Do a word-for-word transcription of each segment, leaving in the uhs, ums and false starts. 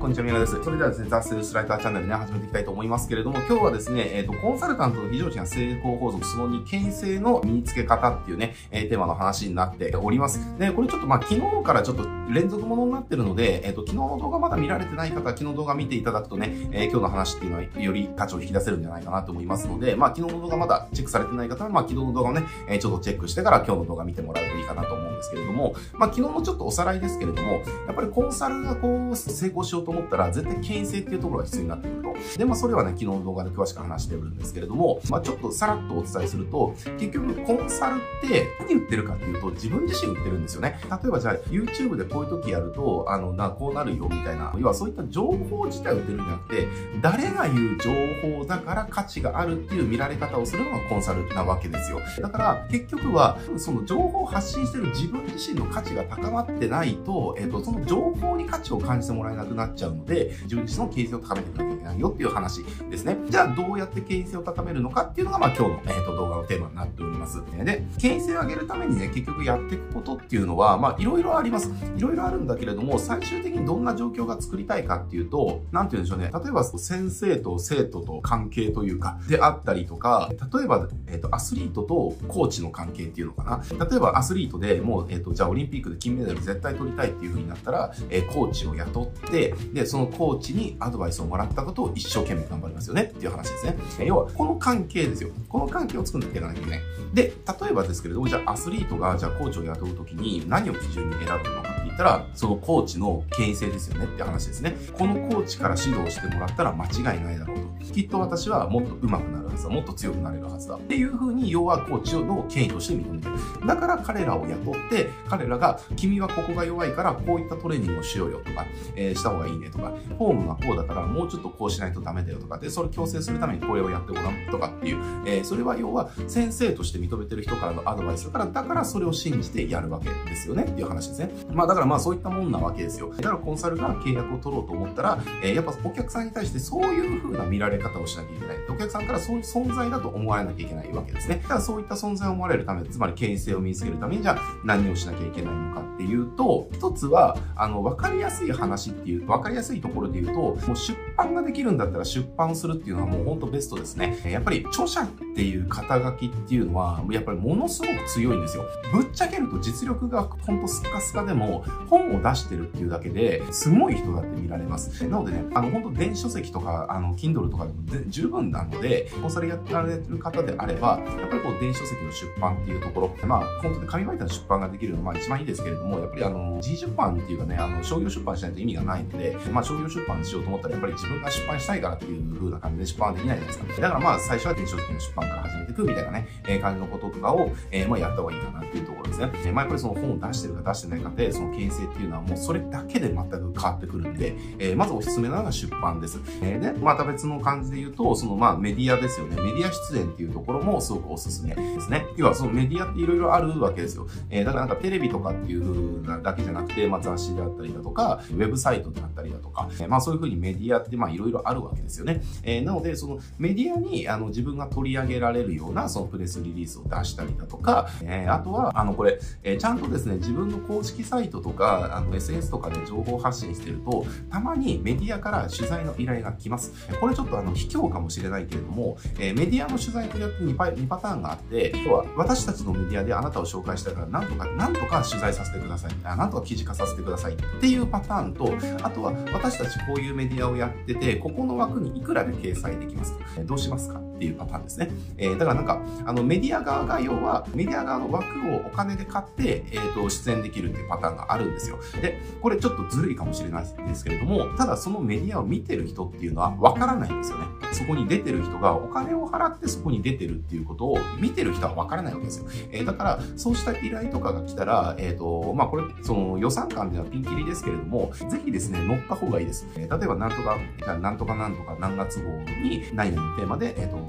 んにちは、宮川です。それではですね、ザ・セールスライターチャンネルね、始めていきたいと思いますけれども、今日はですね、えっと、コンサルタントの非常時な成功法則、そのに、牽制の身につけ方っていうね、えー、テーマの話になっております。で、これちょっとまあ、昨日からちょっと連続ものになってるので、えっと、昨日の動画まだ見られてない方は、昨日の動画見ていただくとね、えー、今日の話っていうのはより価値を引き出せるんじゃないかなと思いますので、まあ、昨日の動画まだチェックされてない方は、まあ、昨日の動画をね、えー、ちょっとチェックしてから今日の動画見てもらうといいかなと思うんですけれども、まあ、昨日のちょっとおさらいですけれども、やっぱりコンサルがこう、成功しようと思ったら、絶対牽制っていうところが必要になってくると。で、まあ、それはね、昨日の動画で詳しく話してるんですけれども、まあ、ちょっとさらっとお伝えすると、結局、コンサルって何売ってるかっていうと、自分自身売ってるんですよね。例えばじゃあ、YouTube でこういう時やると、あの、な、こうなるよ、みたいな。要はそういった情報自体を売ってるんじゃなくて、誰が言う情報だから価値があるっていう見られ方をするのがコンサルなわけですよ。だから、結局は、その情報を発信してる自分自身の価値が高まってないと、えっと、その情報に価値を感じてもらえなくなっちゃうので、自分自身の形成を高めていかなきゃいけないよっていう話ですね。じゃあ、どうやって形成を高めるのかっていうのが、まあ、今日の、えっと、動画のテーマになっております。で、形成を上げるためにね、結局やっていくことっていうのは、まあ、いろいろあります。いろいろあるんだけれども、最終的にどんな状況が作りたいかっていうと、なんて言うんでしょうね。例えば、先生と生徒と関係というか、であったりとか、例えば、えっと、アスリートとコーチの関係っていうのかな。例えば、アスリートでもう、えっと、じゃあ、オリンピックで金メダル絶対取りたいっていう風になったら、えー、コーチを雇って、で、そのコーチにアドバイスをもらったことを一生懸命頑張りますよねっていう話ですね。えー、要は、この関係ですよ。この関係を作っていかなきゃいけない。で、例えばですけれども、じゃあ、アスリートが、じゃあ、コーチを雇うときに何を基準に選ぶのかって言ったら、そのコーチの牽制ですよねって話ですね。このコーチから指導してもらったら間違いないだろうと。きっと私はもっと上手くなるはずだ。もっと強くなれるはずだ。っていう風に、要はコーチの権威として認めてる。だから彼らを雇って、彼らが、君はここが弱いから、こういったトレーニングをしようよとか、えー、した方がいいねとか、フォームがこうだから、もうちょっとこうしないとダメだよとか、で、それを強制するためにこれをやってごらんとかっていう、えー、それは要は先生として認めてる人からのアドバイスだから、だからそれを信じてやるわけですよねっていう話ですね。まあだからまあそういったもんなわけですよ。だからコンサルが契約を取ろうと思ったら、えー、やっぱお客さんに対してそういう風な見られ方をしなきゃいけない。お客さんからそういう存在だと思われなきゃいけないわけですね。だからそういった存在を思われるため、つまり牽制を身につけるためにじゃあ何をしなきゃいけないのかっていうと、一つは、あの、わかりやすい話っていう、わかりやすいところで言うと、もう出版ができるんだったら出版をするっていうのはもう本当ベストですね。やっぱり著者っていう肩書きっていうのは、やっぱりものすごく強いんですよ。ぶっちゃけると実力が本当スカスカでも、本を出してるっていうだけで、すごい人だって見られます。なのでね、あの、本当電子書籍とか、あの、Kindle とかでも十分なので、コンサルやられてる方であれば、やっぱりこう電子書籍の出版っていうところ、まあ、本当に紙媒体の出版ができるのはまあ一番いいですけれども、やっぱりあの、G 出版っていうかね、あの、商業出版しないと意味がないので、まあ商業出版しようと思ったらやっぱり自分が出版したいからっていう風な感じで出版はできないじゃないですか。だからまあ最初は電子書籍の出版から始めていくみたいなね、えー、感じのこととかを、えー、まあやった方がいいかなっていうところですね。えー、まあやっぱりその本を出してるか出してないかで、その牽制っていうのはもうそれだけで全く変わってくるんで、えー、まずおすすめなのが出版です。えー、で、また別の感じで言うと、そのまあメディアですよね。メディア出演っていうところもすごくおすすめですね。要はそのメディアっていろいろあるわけですよ。えー、だからなんかテレビとかっていう風なだけじゃなくて、まあ雑誌であったりだとか、ウェブサイトであったりだとか、えー、まあそういう風にメディアってまあいろいろあるわけですよね。えー、なので、そのメディアにあの自分が取り上げられるようなそのプレスリリースを出したりだとか、えー、あとは、あのこれ、えー、ちゃんとですね、自分の公式サイトとか、あの エスエヌエス とかで情報発信してると、たまにメディアから取材の依頼が来ます。これちょっとあの、卑怯かもしれないけれども、えー、メディアの取材とやってにパターンがあって、要は私たちのメディアであなたを紹介したから、なんとか、なんとか取材させてください。あなんとか記事化させてくださいっていうパターンと、あとは私たちこういうメディアをやってて、ここの枠にいくらで掲載できますと。えー、どうしますかっていうパターンですね。えー、だからなんか、あのメディア側が要は、メディア側の枠をお金で買って、えっと、出演できるっていうパターンがあるんですよ。で、これちょっとずるいかもしれないですけれども、ただそのメディアを見てる人っていうのはわからないんですよね。そこに出てる人がお金を払ってそこに出てるっていうことを見てる人はわからないわけですよ。えー、だから、そうした依頼とかが来たら、えっと、まあ、これ、その予算感ではピンキリですけれども、ぜひですね、乗った方がいいです。えー、例えば、なんとか、じゃあ、なんとかなんとか何月号に何々のテーマで、えっと、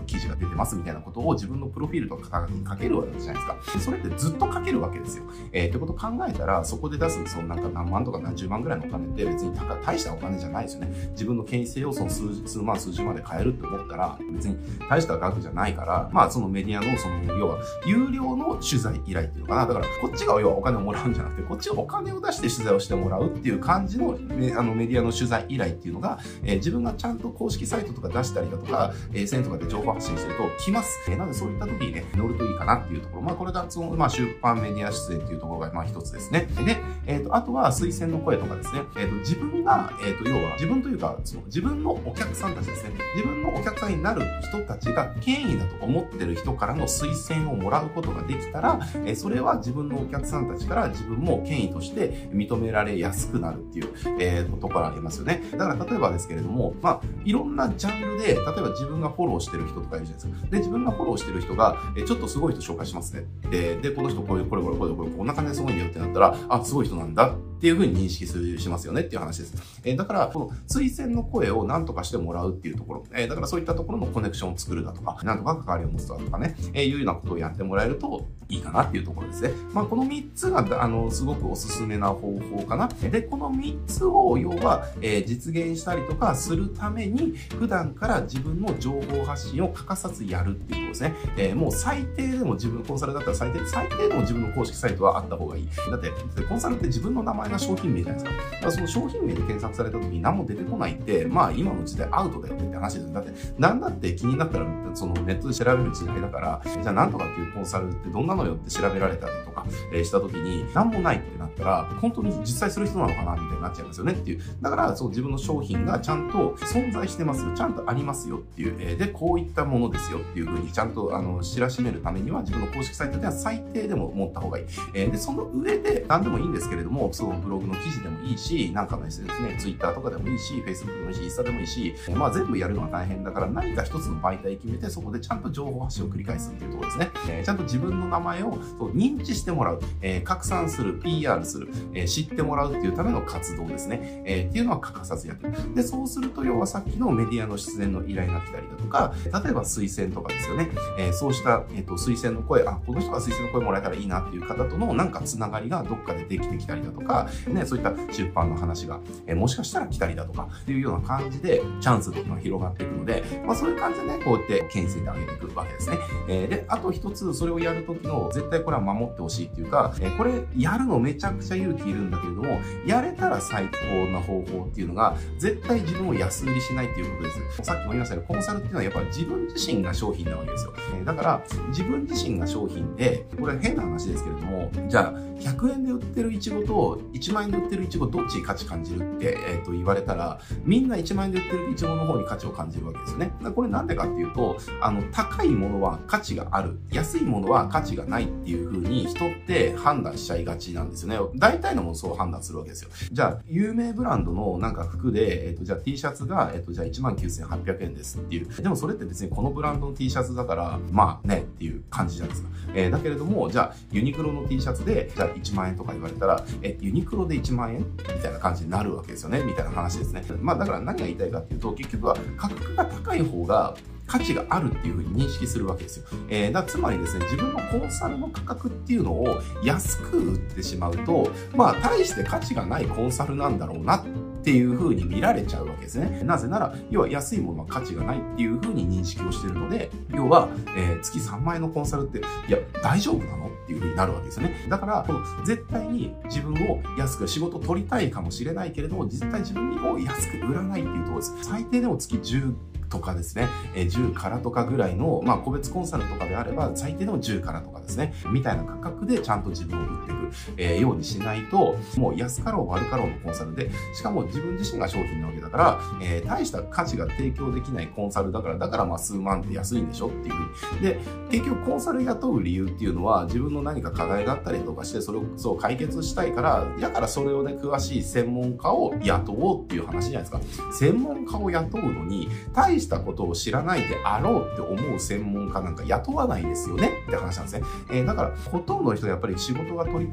記事が出てますみたいなことを自分のプロフィールとか肩書きに書けるわけじゃないですか。でそれってずっと書けるわけですよ。えー、ってことを考えたら、そこで出す、そのなんか何万とか何十万ぐらいのお金って別に大したお金じゃないですよね。自分の権威性をその数数万数十万で買えるって思ったら、別に大した額じゃないから、まあそのメディアのその、要は有料の取材依頼っていうのかな。だからこっちが要はお金をもらうんじゃなくて、こっちがお金を出して取材をしてもらうっていう感じの、ね、あのメディアの取材依頼っていうのが、えー、自分がちゃんと公式サイトとか出したりだとか、エーエスエヌ とかで情報発信してると来ます。えー、なのでそういった時にね、乗るといいかなっていうところ。まあこれがその、まあ出版メディア出演っていうところがまあ一つですね。で、えっと、あとは推薦の声とかですね。えっと、自分が、えっと、要は自分というか、その自分のお客さんたちですね。自分のお客さんになる人たちが権威だと思ってる人からの推薦をもらうことができたら、えー、それは自分のお客さんたちから自分も権威として認められやすくなるっていう、えー、ところありますよね。だから例えばですけれども、まあ、いろんなジャンルで、例えば自分がフォローしてる人とかいるじゃないですか。で、自分がフォローしてる人が、えー、ちょっとすごい人紹介しますね。で、で、この人こういう、これこれこれこれ、こんな感じですごいよってなったら、あ、すごい人なんだっていうふうに認識するしますよねっていう話です。えー、だから、この推薦の声を何とかしてもらうっていうところ、えー、だからそういったところのコネクションを作るだとか、なんとか関わりを持つだとかね、えー、いうようなことをやってもらえるといいかなっていうところですね。まあ、このみっつが、あの、すごくおすすめな方法かな。で、このみっつを、要は、えー、実現したりとかするために、普段から自分の情報発信を欠かさずやるっていうことですね。えー、もう最低でも自分、コンサルだったら最低、最低でも自分の公式サイトはあった方がいい。だって、コンサルって自分の名前が商品名じゃないですか。だからその商品名で検索された時に何も出てこないって、まあ今の時代アウトだよねって話です。だって、なんだって気になったら、そのネットで調べる時代だから、じゃあなんとかっていうコンサルってどんなのよって調べられたりとか、えー、した時に、何もないってなったら、本当に実際する人なのかなみたいになっちゃいますよねっていう。だから、そう自分の商品がちゃんと存在してますよ。ちゃんとありますよっていう。えー、で、こういったものですよっていう風にちゃんと、あの、知らしめるためには、自分の公式サイトでは最低でも持った方がいい。えー、で、その上で、何でもいいんですけれども、そのブログの記事でもいいし、なんかの エスエヌエス ね、Twitter とかでもいいし、Facebook でもいいし、インスタでもいいし、まあ全部やるのが大変だから、何か一つの媒体決めて、そこでちゃんと情報発信を繰り返すっていうところですね。えー、ちゃんと自分の名前をそう認知してもらう、えー、拡散する、ピーアール する、えー、知ってもらうっていうための活動ですね。えー、っていうのは欠かさずやってる。で、そうすると、要はさっきのメディアの出演の依頼が来たりだとか、例えば推薦とかですよね。えー、そうした、えーと、推薦の声、あ、この人が推薦の声もらえたらいいなっていう方とのなんかつながりがどっかでできてきたりだとか、ね、そういった出版の話が、えー、もしかしたら来たりだとかっていうような感じでチャンスっていうのが広がっていくので、まあそういう感じでね、こうやって牽制で上げていくわけですね。えー、で、あと一つそれをやるときの絶対これは守ってほしいっていうか、えー、これやるのめちゃくちゃ勇気いるんだけれども、やれたら最高な方法っていうのが、絶対自分を安売りしないっていうことです。さっきも言いましたけど、コンサルっていうのはやっぱり自分自身が商品なわけですよ。えー、だから自分自身が商品で、これ変な話ですけれども、じゃあひゃくえんで売ってるイチゴといちまんえんで売ってるイチゴどっちに価値感じるって、えー、と言われたら、みんないちまんえんで売ってるイチゴの方に価値を感じるわけですよね。だからこれなんでかっていうと、あの、高いものは価値がある。安いものは価値がないっていう風に人って判断しちゃいがちなんですよね。大体のものをそう判断するわけですよ。じゃあ、有名ブランドのなんか服で、えっ、ー、と、じゃあ T シャツが、えっ、ー、と、じゃあいちまんきゅうせんはっぴゃくえんですっていう。でもそれって別にこのブランドの T シャツだから、まあねっていう感じじゃないですか。えー、だけれども、じゃあ、ユニクロの T シャツで、じゃあいちまんえんとか言われたら、え、ユニクロでいちまんえんみたいな感じになるわけですよね。みたいな話ですね。まあだから何が言いたいかっていうと、結局は価格が高い方が、価値があるっていうふうに認識するわけですよ。えー、だつまりですね、自分のコンサルの価格っていうのを安く売ってしまうと、まあ、大して価値がないコンサルなんだろうなっていうふうに見られちゃうわけですね。なぜなら、要は安いものは価値がないっていうふうに認識をしているので、要は、えー、月さんまんえんのコンサルって、いや、大丈夫なのっていうふうになるわけですよね。だから、絶対に自分を安く仕事を取りたいかもしれないけれども、実際自分を安く売らないっていうところです。最低でも月じゅうとかですね、えー、じゅうからとかぐらいの、まあ個別コンサルとかであれば最低でもじゅうからとかですね、みたいな価格でちゃんと自分を売っていく、えー、ようにしないと、もう安かろう悪かろうのコンサルで、しかも自分自身が商品なわけだから、えー、大した価値が提供できないコンサルだから、だからまあ数万って安いんでしょっていうふうに。で、結局コンサル雇う理由っていうのは自分の何か課題があったりとかして、それをそう解決したいから、だからそれをね、詳しい専門家を雇おうっていう話じゃないですか。専門家を雇うのに、大したことを知らないであろうって思う専門家なんか雇わないですよねって話なんですね。えー、だから、ほとんどの人がやっぱり仕事が取りた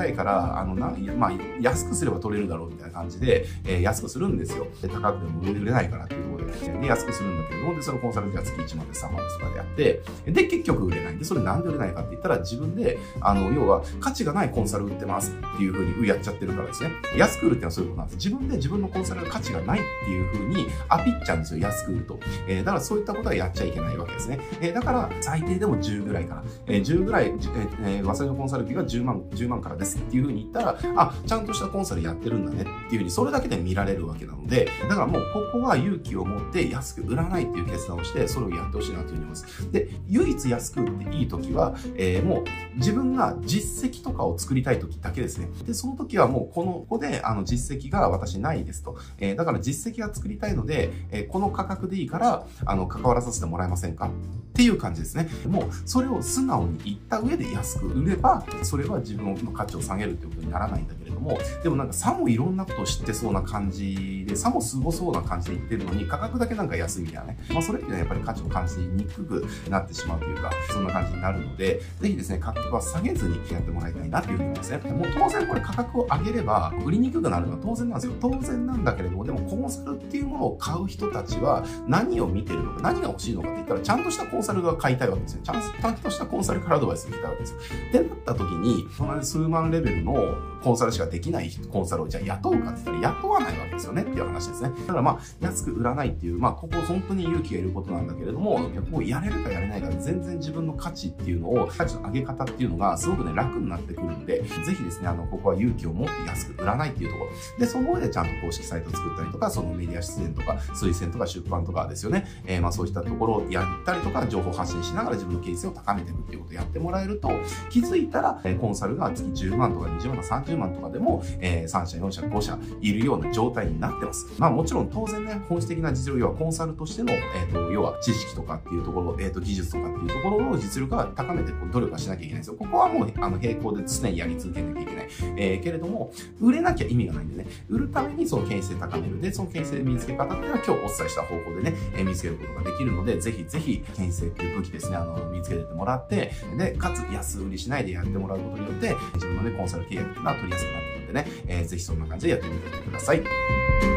たいから、あの、な、まあ、安くすれば取れるだろうみたいな感じで、えー、安くするんですよ。で、高くても売れないからっていうところで、で、安くするんだけれども、で、そのコンサルじゃ月いちまんでさんまんですとかでやって、で、結局売れないんで、それなんで売れないかって言ったら、自分で、あの、要は、価値がないコンサル売ってますっていう風にやっちゃってるからですね。安く売るっていうのはそういうことなんです。自分で自分のコンサルが価値がないっていう風にアピっちゃうんですよ、安く売ると。えー、だからそういったことはやっちゃいけないわけですね。えー、だから、最低でもじゅうぐらいから、えー、じゅうぐらい、えー、和製のコンサル費がじゅうまん、じゅうまんからですっていう風に言ったら、あ、ちゃんとしたコンサルやってるんだねっていう風に、それだけで見られるわけなので、だからもうここは勇気を持って安く売らないっていう決断をして、それをやってほしいなというふうに思います。で、唯一安く売っていい時は、えー、もう自分が実績とかを作りたい時だけですね。で、その時はもうこの、ここであの実績が私ないですと。えー、だから実績が作りたいので、えー、この価格でいいから、あの、関わらさせてもらえませんかっていう感じですね。もう、それを素直に言った上で安く売れば、それは自分の価値を下げるということにならないんだけれども、でもなんかさもいろんなことを知ってそうな感じで、さもすごそうな感じで言ってるのに、価格だけなんか安いみたいなね。まあ、それっていうのはやっぱり価値を感じにくくなってしまうというか、そんな感じになるので、ぜひですね、価格は下げずにやってもらいたいなというふうに思いますね。もう当然これ価格を上げれば、売りにくくなるのは当然なんですよ。当然なんだけれども、でもコンサルっていうものを買う人たちは何を見てるのか、何が欲しいのかって言ったら、ちゃんとしたコンサルが買いたいわけですよ。ちゃんとしたコンサルからアドバイスが来たわけですよ。ってなった時に、そんな数万レベルのコンサルしかできないコンサルをじゃあ雇うかって言ったら雇わないわけですよねっていう話ですね。だからまあ、安く売らないっていう、まあ、ここ本当に勇気がいることなんだけれども、こうやれるかやれないかで全然自分の価値っていうのを、価値の上げ方っていうのがすごくね、楽になってくるんで、ぜひですね、あの、ここは勇気を持って安く売らないっていうところ。で、その上でちゃんと公式サイト作ったりとか、そのメディア出演とか、推薦とか出版とかですよね。えー、まあそういったところをやったりとか、情報発信しながら自分の形成を高めていくっていうことをやってもらえると、気づいたら、コンサルが月じゅうまんとかにじゅうまんとかさんじゅうまんとかでも、えー、さん社、よん社、ご社いるような状態になってます。まあもちろん当然ね、本質的な実力、要はコンサルとしての、えっと、要は知識とかっていうところ、えっと、技術とかっていうところの実力は高めてこう努力はしなきゃいけないんですよ。ここはもう、あの、並行で常にやり続けなきゃいけない。えー、けれども、売れなきゃ意味がないんでね、売るためにその権威性高める。で、その権威性身につけ方っていうのは今日お伝えした方法でね、えー、身につけることができるので、ぜひぜひ権威性っていう武器ですね、あの、身につけてってもらって、で、かつ安売りしないでやってもらうことによって、自分のね、コンサル契約っていうのは取りやすくなってくるんでね、えー、ぜひそんな感じでやってみてください。